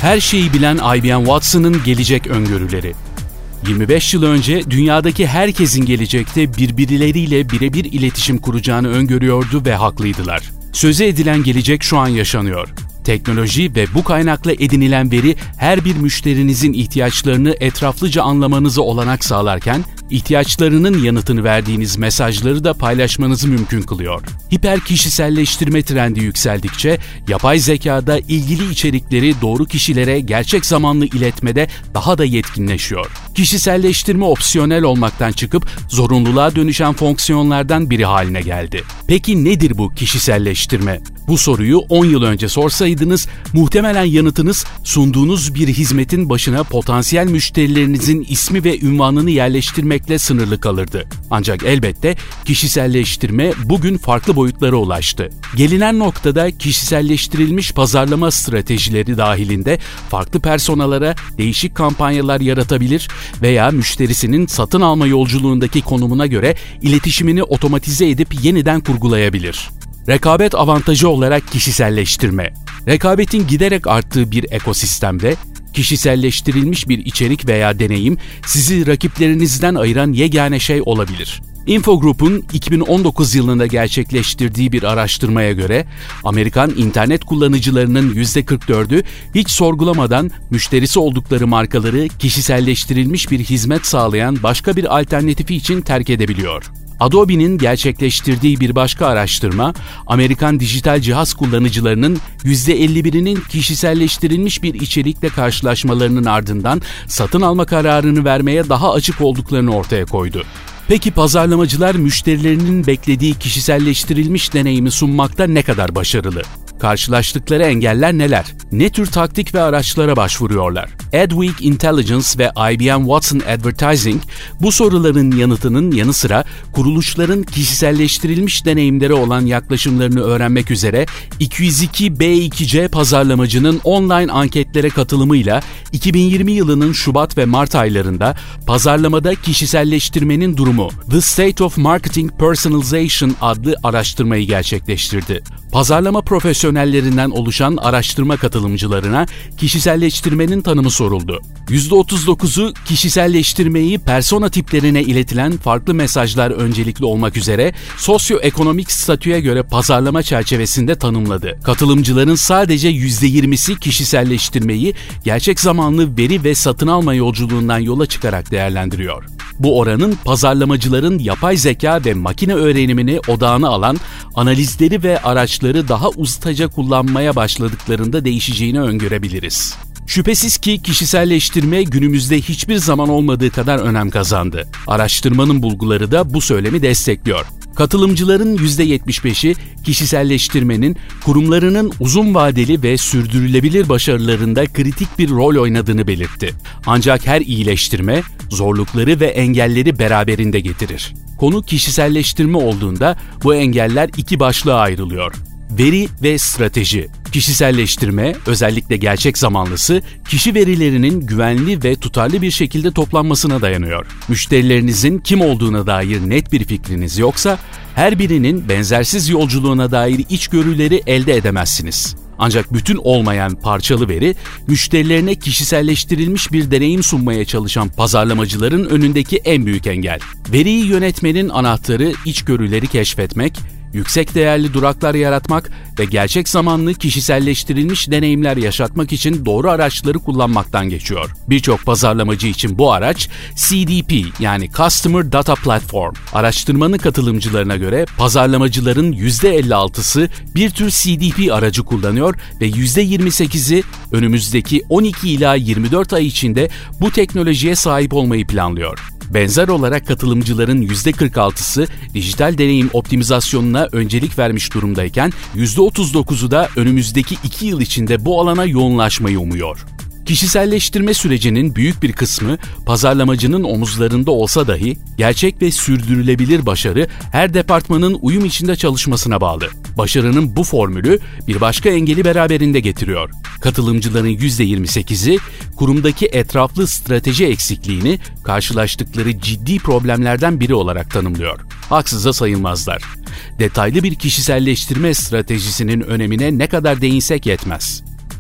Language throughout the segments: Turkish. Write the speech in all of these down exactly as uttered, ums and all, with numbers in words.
Her şeyi bilen I B M Watson'ın gelecek öngörüleri. yirmi beş yıl önce dünyadaki herkesin gelecekte birbirleriyle birebir iletişim kuracağını öngörüyordu ve haklıydılar. Sözü edilen gelecek şu an yaşanıyor. Teknoloji ve bu kaynakla edinilen veri her bir müşterinizin ihtiyaçlarını etraflıca anlamanıza olanak sağlarken, ihtiyaçlarının yanıtını verdiğiniz mesajları da paylaşmanızı mümkün kılıyor. Hiper kişiselleştirme trendi yükseldikçe, yapay zekada ilgili içerikleri doğru kişilere gerçek zamanlı iletmede daha da yetkinleşiyor. Kişiselleştirme opsiyonel olmaktan çıkıp zorunluluğa dönüşen fonksiyonlardan biri haline geldi. Peki nedir bu kişiselleştirme? Bu soruyu on yıl önce sorsaydınız, muhtemelen yanıtınız sunduğunuz bir hizmetin başına potansiyel müşterilerinizin ismi ve ünvanını yerleştirmekle sınırlı kalırdı. Ancak elbette kişiselleştirme bugün farklı boyutlara ulaştı. Gelinen noktada kişiselleştirilmiş pazarlama stratejileri dahilinde farklı personalara değişik kampanyalar yaratabilir veya müşterisinin satın alma yolculuğundaki konumuna göre iletişimini otomatize edip yeniden kurgulayabilir. Rekabet avantajı olarak kişiselleştirme. Rekabetin giderek arttığı bir ekosistemde, kişiselleştirilmiş bir içerik veya deneyim sizi rakiplerinizden ayıran yegane şey olabilir. Infogroup'un iki bin on dokuz yılında gerçekleştirdiği bir araştırmaya göre, Amerikan internet kullanıcılarının yüzde kırk dördü hiç sorgulamadan müşterisi oldukları markaları kişiselleştirilmiş bir hizmet sağlayan başka bir alternatifi için terk edebiliyor. Adobe'nin gerçekleştirdiği bir başka araştırma, Amerikan dijital cihaz kullanıcılarının yüzde elli birinin kişiselleştirilmiş bir içerikle karşılaşmalarının ardından satın alma kararını vermeye daha açık olduklarını ortaya koydu. Peki pazarlamacılar müşterilerinin beklediği kişiselleştirilmiş deneyimi sunmakta ne kadar başarılı? Karşılaştıkları engeller neler? Ne tür taktik ve araçlara başvuruyorlar? Adweek Intelligence ve I B M Watson Advertising bu soruların yanıtının yanı sıra kuruluşların kişiselleştirilmiş deneyimlere olan yaklaşımlarını öğrenmek üzere iki yüz iki B iki C pazarlamacının online anketlere katılımıyla iki bin yirmi yılının Şubat ve Mart aylarında pazarlamada kişiselleştirmenin durumu The State of Marketing Personalization adlı araştırmayı gerçekleştirdi. Pazarlama profesyonellerinden oluşan araştırma katılımcılarına kişiselleştirmenin tanımı soruldu. yüzde otuz dokuzu kişiselleştirmeyi persona tiplerine iletilen farklı mesajlar öncelikli olmak üzere sosyoekonomik statüye göre pazarlama çerçevesinde tanımladı. Katılımcıların sadece yüzde yirmisi kişiselleştirmeyi gerçek zamanlı veri ve satın alma yolculuğundan yola çıkarak değerlendiriyor. Bu oranın pazarlamacıların yapay zeka ve makine öğrenimini odağına alan analizleri ve araçları daha ustaca kullanmaya başladıklarında değişeceğini öngörebiliriz. Şüphesiz ki kişiselleştirme günümüzde hiçbir zaman olmadığı kadar önem kazandı. Araştırmanın bulguları da bu söylemi destekliyor. Katılımcıların yüzde yetmiş beşi kişiselleştirmenin kurumlarının uzun vadeli ve sürdürülebilir başarılarında kritik bir rol oynadığını belirtti. Ancak her iyileştirme zorlukları ve engelleri beraberinde getirir. Konu kişiselleştirme olduğunda bu engeller iki başlığa ayrılıyor. Veri ve strateji. Kişiselleştirme, özellikle gerçek zamanlısı, kişi verilerinin güvenli ve tutarlı bir şekilde toplanmasına dayanıyor. Müşterilerinizin kim olduğuna dair net bir fikriniz yoksa, her birinin benzersiz yolculuğuna dair içgörüleri elde edemezsiniz. Ancak bütün olmayan parçalı veri, müşterilerine kişiselleştirilmiş bir deneyim sunmaya çalışan pazarlamacıların önündeki en büyük engel. Veriyi yönetmenin anahtarı içgörüleri keşfetmek, yüksek değerli duraklar yaratmak ve gerçek zamanlı kişiselleştirilmiş deneyimler yaşatmak için doğru araçları kullanmaktan geçiyor. Birçok pazarlamacı için bu araç C D P yani Customer Data Platform. Araştırmanın katılımcılarına göre pazarlamacıların yüzde elli altısı bir tür C D P aracı kullanıyor ve yüzde yirmi sekizi önümüzdeki on iki ila yirmi dört ay içinde bu teknolojiye sahip olmayı planlıyor. Benzer olarak katılımcıların yüzde kırk altısı dijital deneyim optimizasyonuna öncelik vermiş durumdayken yüzde otuz dokuzu da önümüzdeki iki yıl içinde bu alana yoğunlaşmayı umuyor. Kişiselleştirme sürecinin büyük bir kısmı pazarlamacının omuzlarında olsa dahi gerçek ve sürdürülebilir başarı her departmanın uyum içinde çalışmasına bağlı. Başarının bu formülü bir başka engeli beraberinde getiriyor. Katılımcıların yüzde yirmi sekizi kurumdaki etraflı strateji eksikliğini karşılaştıkları ciddi problemlerden biri olarak tanımlıyor. Haksıza sayılmazlar. Detaylı bir kişiselleştirme stratejisinin önemine ne kadar değinsek yetmez.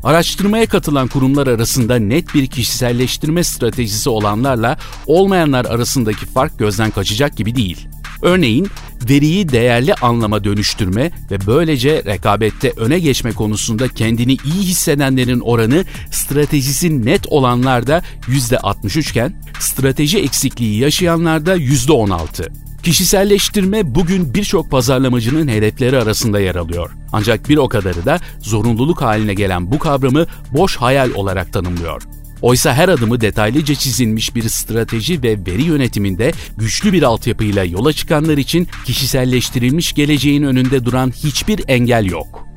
Araştırmaya katılan kurumlar arasında net bir kişiselleştirme stratejisi olanlarla olmayanlar arasındaki fark gözden kaçacak gibi değil. Örneğin, veriyi değerli anlama dönüştürme ve böylece rekabette öne geçme konusunda kendini iyi hissedenlerin oranı stratejisi net olanlarda yüzde altmış üç iken, strateji eksikliği yaşayanlarda yüzde on altı. Kişiselleştirme bugün birçok pazarlamacının hedefleri arasında yer alıyor. Ancak bir o kadarı da zorunluluk haline gelen bu kavramı boş hayal olarak tanımlıyor. Oysa her adımı detaylıca çizilmiş bir strateji ve veri yönetiminde güçlü bir altyapıyla yola çıkanlar için kişiselleştirilmiş geleceğin önünde duran hiçbir engel yok.